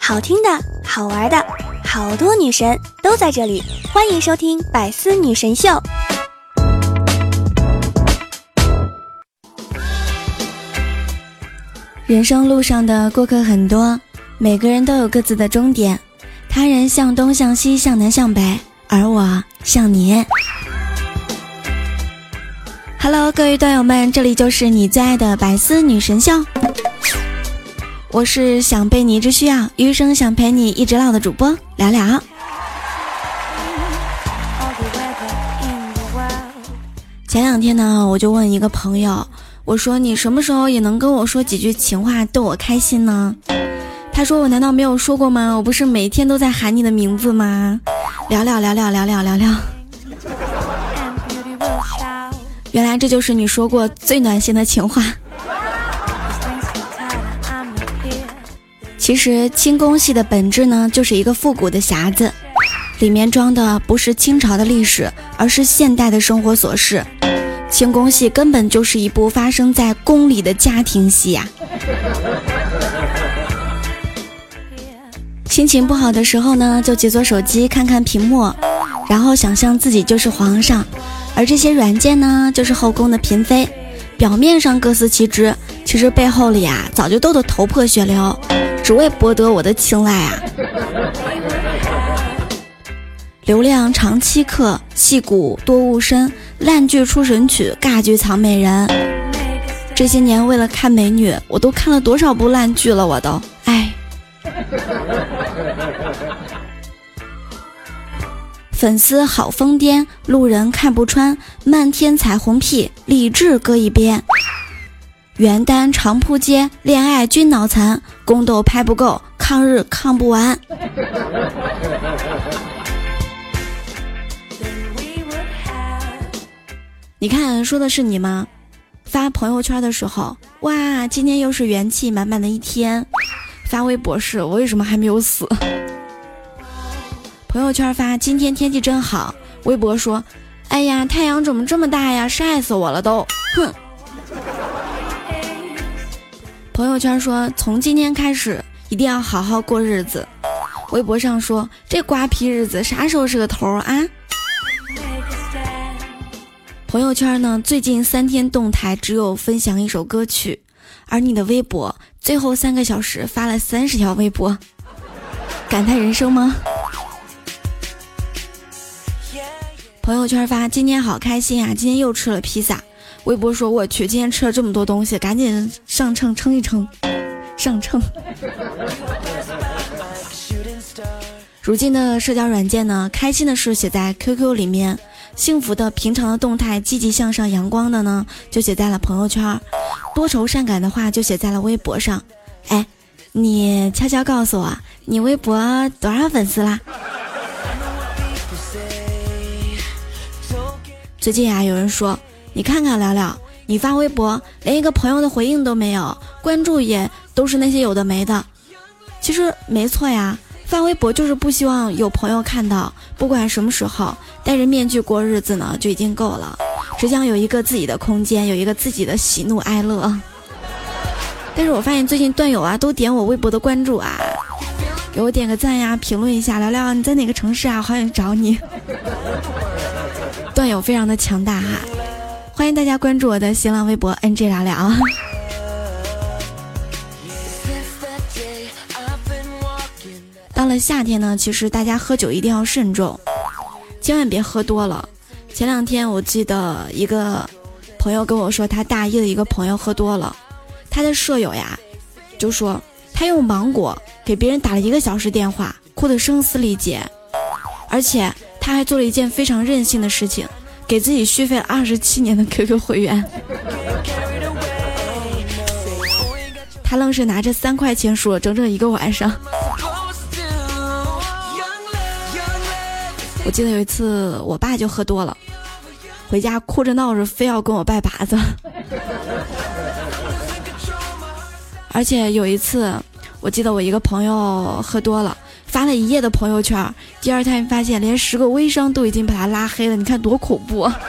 好听的、好玩的，好多女神都在这里，欢迎收听百思女神秀。人生路上的过客很多，每个人都有各自的终点，他人向东向西向南向北，而我向你。Hello， 各位段友们，这里就是你最爱的百思女神秀，我是想被你一直需要，余生想陪你一直唠的主播聊聊。前两天呢，我就问一个朋友，我说你什么时候也能跟我说几句情话逗我开心呢？他说我难道没有说过吗？我不是每天都在喊你的名字吗？聊聊。原来这就是你说过最暖心的情话。其实清宫戏的本质呢，就是一个复古的匣子，里面装的不是清朝的历史，而是现代的生活琐事。清宫戏根本就是一部发生在宫里的家庭戏呀。心情不好的时候呢，就解锁手机看看屏幕，然后想象自己就是皇上，而这些软件呢，就是后宫的嫔妃，表面上各司其职，其实背后里啊，早就斗得头破血流，只为博得我的青睐啊。流量长期客，戏骨多物深，烂剧出神曲，尬剧藏美人。这些年为了看美女，我都看了多少部烂剧了，我都哎。粉丝好疯癫，路人看不穿，漫天彩虹屁，理智搁一边。元旦长铺街，恋爱均脑残，宫斗拍不够，抗日抗不完。你看，说的是你吗？发朋友圈的时候，哇，今天又是元气满满的一天。发微博是我为什么还没有死？朋友圈发今天天气真好，微博说哎呀，太阳怎么这么大呀，晒死我了都，哼。朋友圈说从今天开始一定要好好过日子，微博上说这瓜皮日子啥时候是个头啊？朋友圈呢，最近3天动态只有分享一首歌曲，而你的微博最后3个小时发了30条微博，感叹人生吗？朋友圈发今天好开心啊，今天又吃了披萨，微博说我去，今天吃了这么多东西，赶紧上秤称一称，上秤。如今的社交软件呢，开心的事写在 QQ 里面，幸福的平常的动态，积极向上阳光的呢，就写在了朋友圈，多愁善感的话就写在了微博上。哎，你悄悄告诉我，你微博多少粉丝啦？最近啊，有人说你看看聊聊，你发微博连一个朋友的回应都没有，关注也都是那些有的没的。其实没错呀，发微博就是不希望有朋友看到，不管什么时候戴着面具过日子呢就已经够了，只想有一个自己的空间，有一个自己的喜怒哀乐。但是我发现最近段友啊都点我微博的关注啊，给我点个赞呀，评论一下，聊聊你在哪个城市啊，好想找你。段友非常的强大哈，欢迎大家关注我的新浪微博 NJ 聊聊。到了夏天呢，其实大家喝酒一定要慎重，千万别喝多了。前2天我记得一个朋友跟我说，他大一的一个朋友喝多了，他的舍友呀就说他用芒果给别人打了1个小时电话，哭得声嘶力竭，而且他还做了一件非常任性的事情，给自己续费了27年的 QQ 会员。他愣是拿着3块钱数了整整1个晚上。我记得有一次我爸就喝多了，回家哭着闹着非要跟我拜把子。而且有一次我记得我一个朋友喝多了，发了1夜的朋友圈，第2天发现连10个微商都已经把他拉黑了，你看多恐怖啊。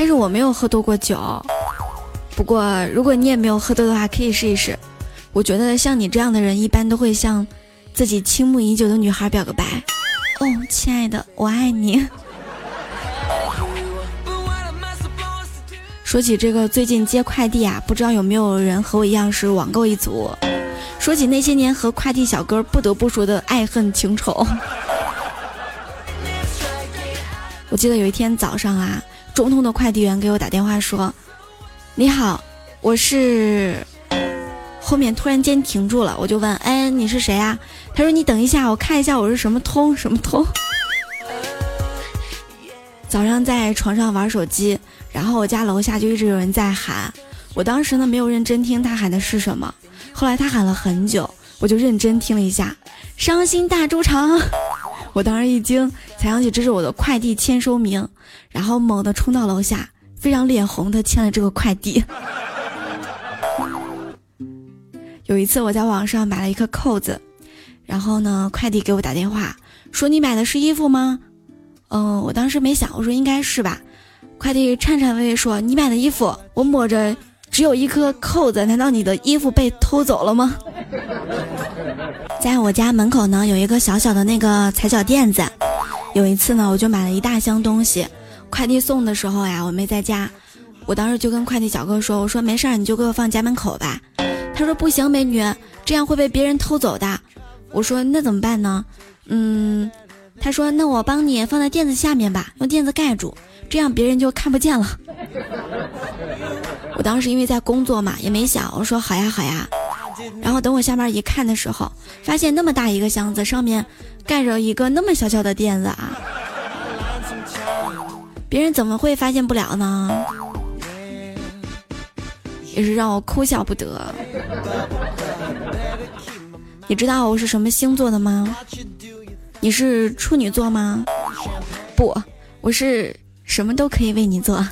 但是我没有喝多过酒。不过如果你也没有喝多的话，可以试一试。我觉得像你这样的人一般都会向自己倾慕已久的女孩表个白。哦，亲爱的，我爱你。说起这个最近接快递啊，不知道有没有人和我一样是网购一族。说起那些年和快递小哥不得不说的爱恨情仇。我记得有一天早上啊，中通的快递员给我打电话说，你好，我是，后面突然间停住了，我就问，哎，你是谁啊？他说你等一下，我看一下我是什么通。早上在床上玩手机，然后我家楼下就一直有人在喊，我当时呢没有认真听他喊的是什么，后来他喊了很久，我就认真听了一下，伤心大猪肠。我当时一惊，才想起这是我的快递签收名，然后猛地冲到楼下，非常脸红的签了这个快递。有一次我在网上买了一颗扣子，然后呢快递给我打电话说，你买的是衣服吗？我当时没想，我说应该是吧。快递颤颤巍巍说，你买的衣服我摸着只有一颗扣子，难道你的衣服被偷走了吗？在我家门口呢有一个小小的那个踩脚垫子，有一次呢我就买了一大箱东西，快递送的时候呀我没在家，我当时就跟快递小哥说，我说没事儿，你就给我放家门口吧。他说不行美女，这样会被别人偷走的。我说那怎么办呢？他说那我帮你放在垫子下面吧，用垫子盖住，这样别人就看不见了。我当时因为在工作嘛也没想，我说好呀好呀。然后等我下班一看的时候，发现那么大一个箱子上面盖着一个那么小小的垫子啊，别人怎么会发现不了呢？也是让我哭笑不得。你知道我是什么星座的吗？你是处女座吗？不，我是什么都可以为你做。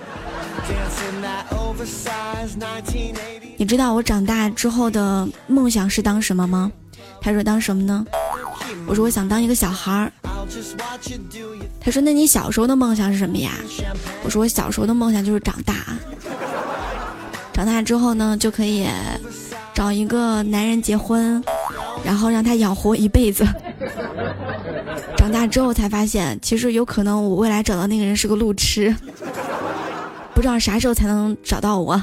你知道我长大之后的梦想是当什么吗？他说当什么呢？我说我想当一个小孩。他说那你小时候的梦想是什么呀？我说我小时候的梦想就是长大，长大之后呢就可以找一个男人结婚，然后让他养活一辈子。长大之后才发现，其实有可能我未来找到那个人是个路痴，不知道啥时候才能找到我。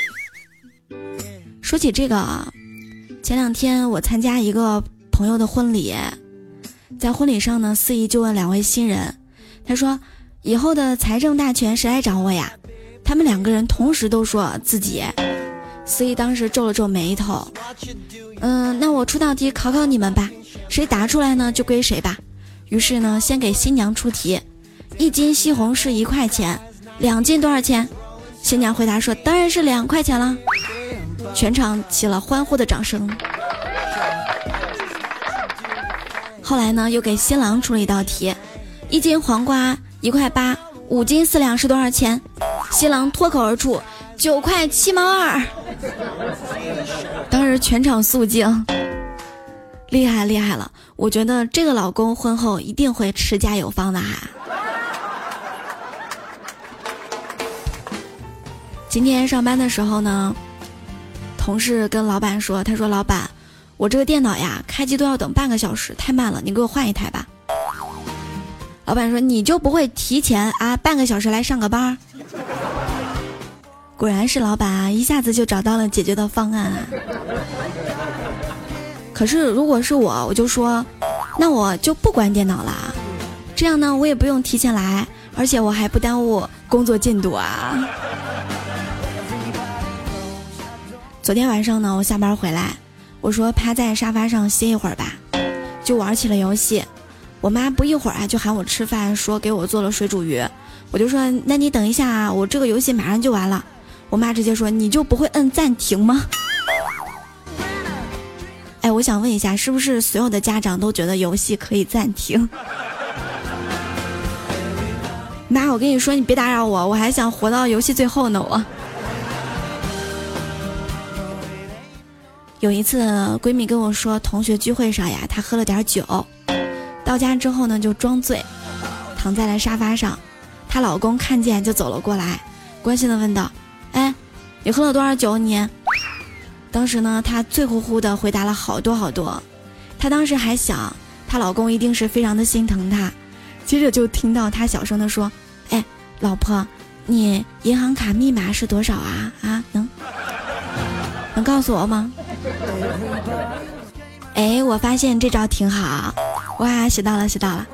说起这个，前两天我参加一个朋友的婚礼，在婚礼上呢，司仪就问两位新人，他说以后的财政大权谁来掌握呀？他们两个人同时都说自己。司仪当时皱了皱眉头，那我出道题考考你们吧，谁答出来呢就归谁吧。于是呢先给新娘出题，1斤西红柿1块钱，2斤多少钱？新娘回答说当然是2块钱了。全场起了欢呼的掌声。后来呢又给新郎出了一道题，1斤黄瓜1块8，5斤4两是多少钱？新郎脱口而出9块7毛2。当时全场肃静。厉害厉害了，我觉得这个老公婚后一定会持家有房的哈。今天上班的时候呢，同事跟老板说，他说老板，我这个电脑呀开机都要等半个小时，太慢了，你给我换一台吧。老板说你就不会提前半个小时来上个班？果然是老板啊，一下子就找到了解决的方案啊。可是如果是我就说那我就不关电脑了，这样呢我也不用提前来，而且我还不耽误工作进度啊。昨天晚上呢我下班回来，我说趴在沙发上歇一会儿吧，就玩起了游戏。我妈不一会儿就喊我吃饭，说给我做了水煮鱼。我就说那你等一下我这个游戏马上就完了。我妈直接说你就不会摁暂停吗？我想问一下，是不是所有的家长都觉得游戏可以暂停？妈，我跟你说你别打扰我，我还想活到游戏最后呢。我有一次闺蜜跟我说，同学聚会上呀她喝了点酒，到家之后呢就装醉，躺在了沙发上， 她老公看见就走了过来，关心地问道：哎，你喝了多少酒你？当时呢，她醉乎乎地回答了好多好多。她当时还想，她老公一定是非常的心疼她，接着就听到她小声地说：哎，老婆，你银行卡密码是多少啊？能告诉我吗？哎，我发现这招挺好，哇，学到了。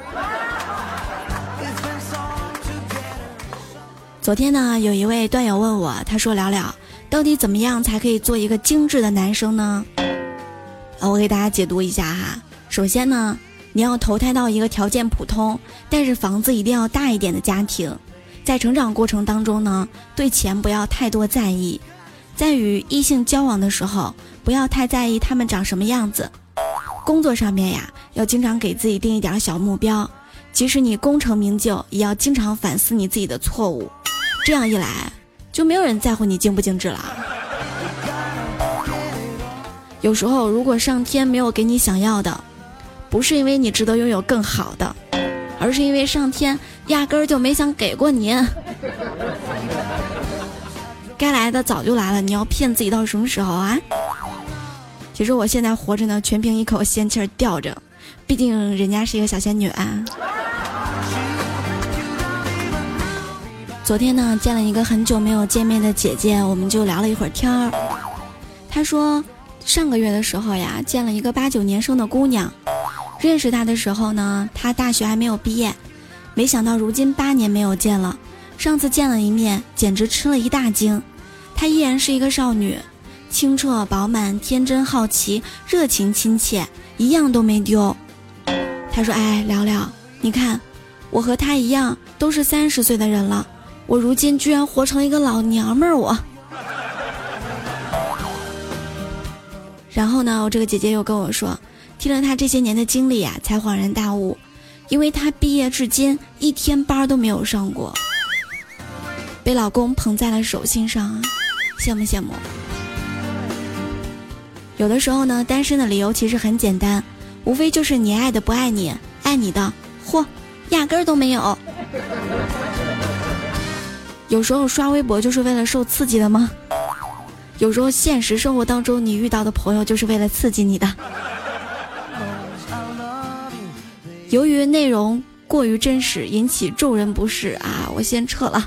昨天呢，有一位段友问我，他说：聊聊，到底怎么样才可以做一个精致的男生呢？我给大家解读一下哈。首先呢，你要投胎到一个条件普通，但是房子一定要大一点的家庭。在成长过程当中呢，对钱不要太多在意，在与异性交往的时候，不要太在意他们长什么样子。工作上面呀，要经常给自己定一点小目标，即使你功成名就，也要经常反思你自己的错误。这样一来，就没有人在乎你精不精致了。有时候，如果上天没有给你想要的，不是因为你值得拥有更好的，而是因为上天压根儿就没想给过你。该来的早就来了，你要骗自己到什么时候啊？其实我现在活着呢，全凭一口仙气儿吊着，毕竟人家是一个小仙女啊。昨天呢，见了一个很久没有见面的姐姐，我们就聊了一会儿天儿。她说，上个月的时候呀，见了一个8、9年生的姑娘。认识她的时候呢，她大学还没有毕业，没想到如今8年没有见了。上次见了一面，简直吃了一大惊。她依然是一个少女，清澈饱满，天真好奇，热情亲切，一样都没丢。她说：哎，聊聊，你看，我和她一样，都是30岁的人了，我如今居然活成了一个老娘们儿，我。然后呢，我这个姐姐又跟我说，听了她这些年的经历啊，才恍然大悟，因为她毕业至今1天班都没有上过，被老公捧在了手心上啊，羡慕羡慕。有的时候呢，单身的理由其实很简单，无非就是你爱的不爱你，爱你的压根儿都没有。有时候刷微博就是为了受刺激的吗？有时候现实生活当中你遇到的朋友就是为了刺激你的。由于内容过于真实，引起众人不适啊，我先撤了。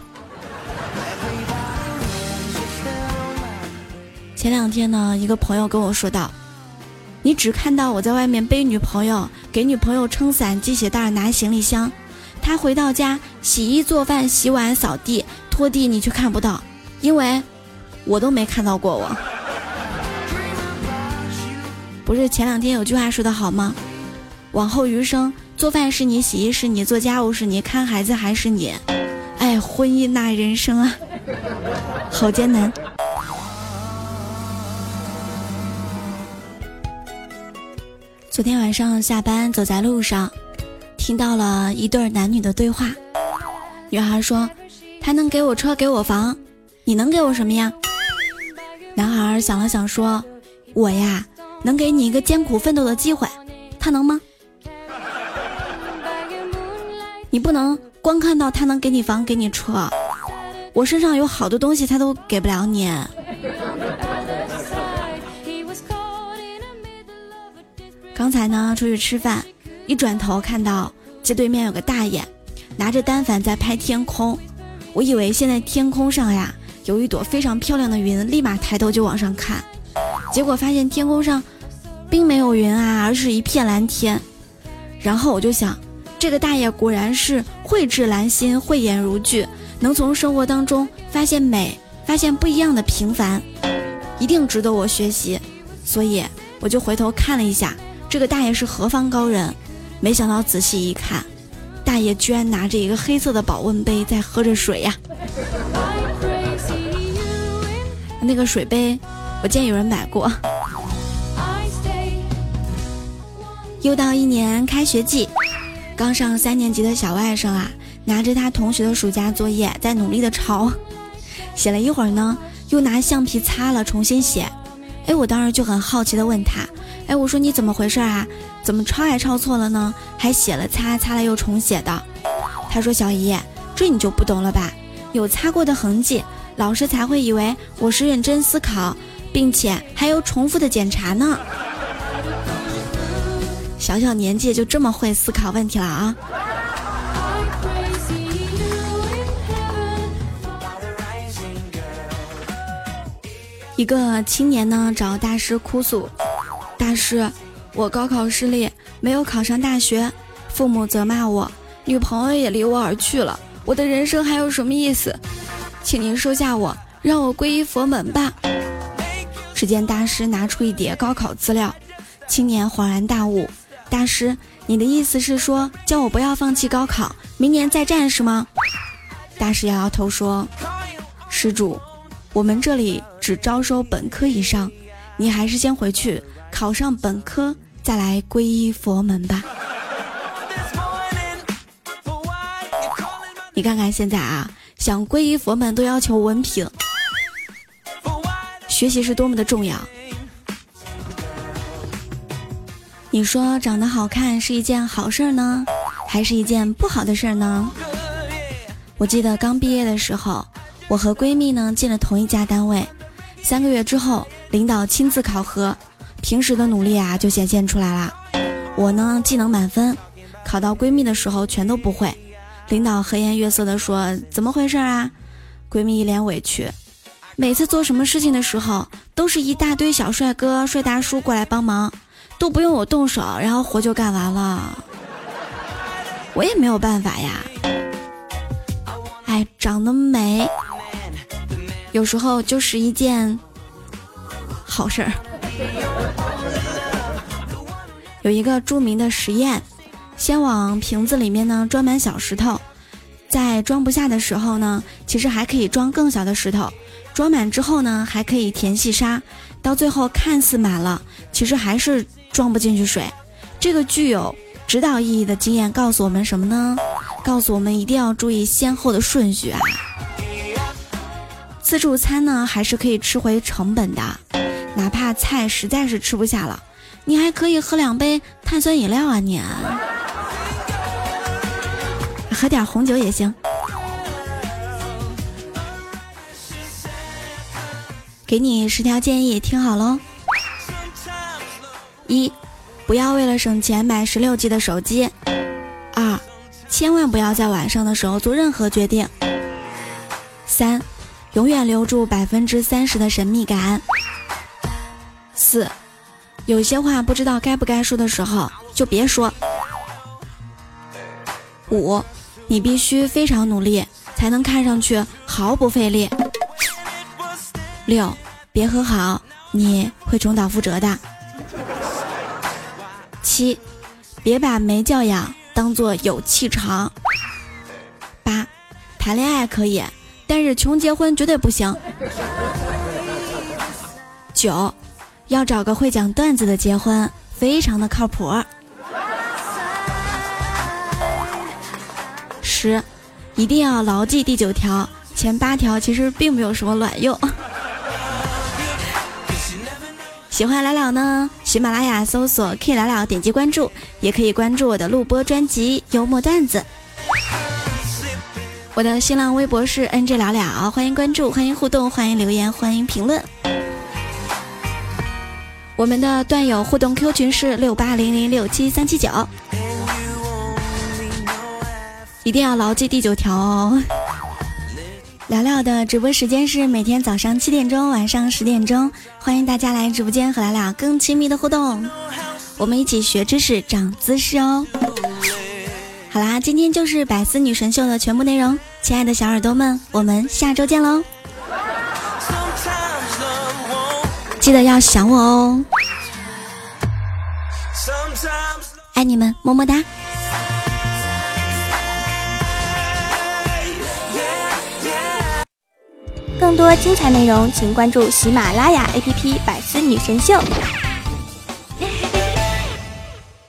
前2天呢，一个朋友跟我说道，你只看到我在外面背女朋友，给女朋友撑伞、系鞋带、拿行李箱，他回到家洗衣做饭、洗碗、扫地、拖地，你却看不到，因为我都没看到过我。不是前2天有句话说得好吗？往后余生，做饭是你，洗衣是你，做家务是你，看孩子还是你。哎，婚姻那人生啊，好艰难。昨天晚上下班走在路上，听到了一对男女的对话。女孩说，他能给我车给我房，你能给我什么呀？男孩想了想说，我呀能给你一个艰苦奋斗的机会，他能吗？你不能光看到他能给你房给你车，我身上有好多东西他都给不了你。刚才呢出去吃饭，一转头看到街对面有个大爷拿着单反在拍天空，我以为现在天空上呀有一朵非常漂亮的云，立马抬头就往上看，结果发现天空上并没有云啊，而是一片蓝天。然后我就想，这个大爷果然是蕙质兰心，慧眼如炬，能从生活当中发现美，发现不一样的平凡，一定值得我学习。所以我就回头看了一下这个大爷是何方高人，没想到仔细一看，大爷居然拿着一个黑色的保温杯在喝着水呀。那个水杯我见有人买过。又到1年开学季，刚上3年级的小外甥啊，拿着他同学的暑假作业在努力的抄，写了一会儿呢，又拿橡皮擦了重新写。我当时就很好奇的问他，我说你怎么回事啊？怎么抄还抄错了呢？还写了擦，擦了又重写的。他说小姨， 这你就不懂了吧？有擦过的痕迹，老师才会以为我是认真思考，并且还有重复的检查呢。小小年纪就这么会思考问题了啊！一个青年呢找大师哭诉：大师，我高考失利，没有考上大学，父母责骂我，女朋友也离我而去了，我的人生还有什么意思？请您收下我，让我皈依佛门吧。只见大师拿出一叠高考资料，青年恍然大悟：大师，你的意思是说叫我不要放弃高考，明年再战是吗？大师摇摇头说：施主，我们这里只招收本科以上，你还是先回去考上本科再来皈依佛门吧。你看看现在啊，想皈依佛门都要求文凭，学习是多么的重要。你说长得好看是一件好事呢，还是一件不好的事呢？我记得刚毕业的时候，我和闺蜜呢进了同一家单位，3个月之后，领导亲自考核，平时的努力啊就显现出来了。我呢技能满分，考到闺蜜的时候全都不会。领导和颜悦色地说：怎么回事啊？闺蜜一脸委屈，每次做什么事情的时候都是一大堆小帅哥帅大叔过来帮忙，都不用我动手，然后活就干完了。我也没有办法呀。哎，长得美有时候就是一件好事儿。有一个著名的实验，先往瓶子里面呢装满小石头，在装不下的时候呢，其实还可以装更小的石头，装满之后呢还可以填细沙，到最后看似满了，其实还是装不进去水。这个具有指导意义的经验告诉我们什么呢？告诉我们一定要注意先后的顺序啊。自助餐呢还是可以吃回成本的，哪怕菜实在是吃不下了，你还可以喝2杯碳酸饮料啊，你喝点红酒也行。给你10条建议，听好喽。1. 不要为了省钱买16G 的手机。2. 千万不要在晚上的时候做任何决定。3. 永远留住30%的神秘感。4. 有些话不知道该不该说的时候就别说。5. 你必须非常努力才能看上去毫不费力。6. 别和好，你会重蹈覆辙的。7. 别把没教养当作有气场。8. 谈恋爱可以，但是穷结婚绝对不行。9. 要找个会讲段子的结婚，非常的靠谱。10. 一定要牢记第9条，前8条其实并没有什么卵用。喜欢聊聊呢，喜马拉雅搜索 K 聊聊，点击关注，也可以关注我的录播专辑幽默段子。我的新浪微博是 NJ 聊聊，欢迎关注，欢迎互动，欢迎留言，欢迎评论。我们的段友互动 Q 群是68006739，一定要牢记第9条哦。聊聊的直播时间是每天早上7点钟，晚上10点钟，欢迎大家来直播间和聊聊更亲密的互动，我们一起学知识长姿势哦。好啦，今天就是百思女神秀的全部内容，亲爱的小耳朵们，我们下周见喽，记得要想我哦，爱你们，么么哒。 更多精彩内容请关注喜马拉雅 APP 百思女神秀。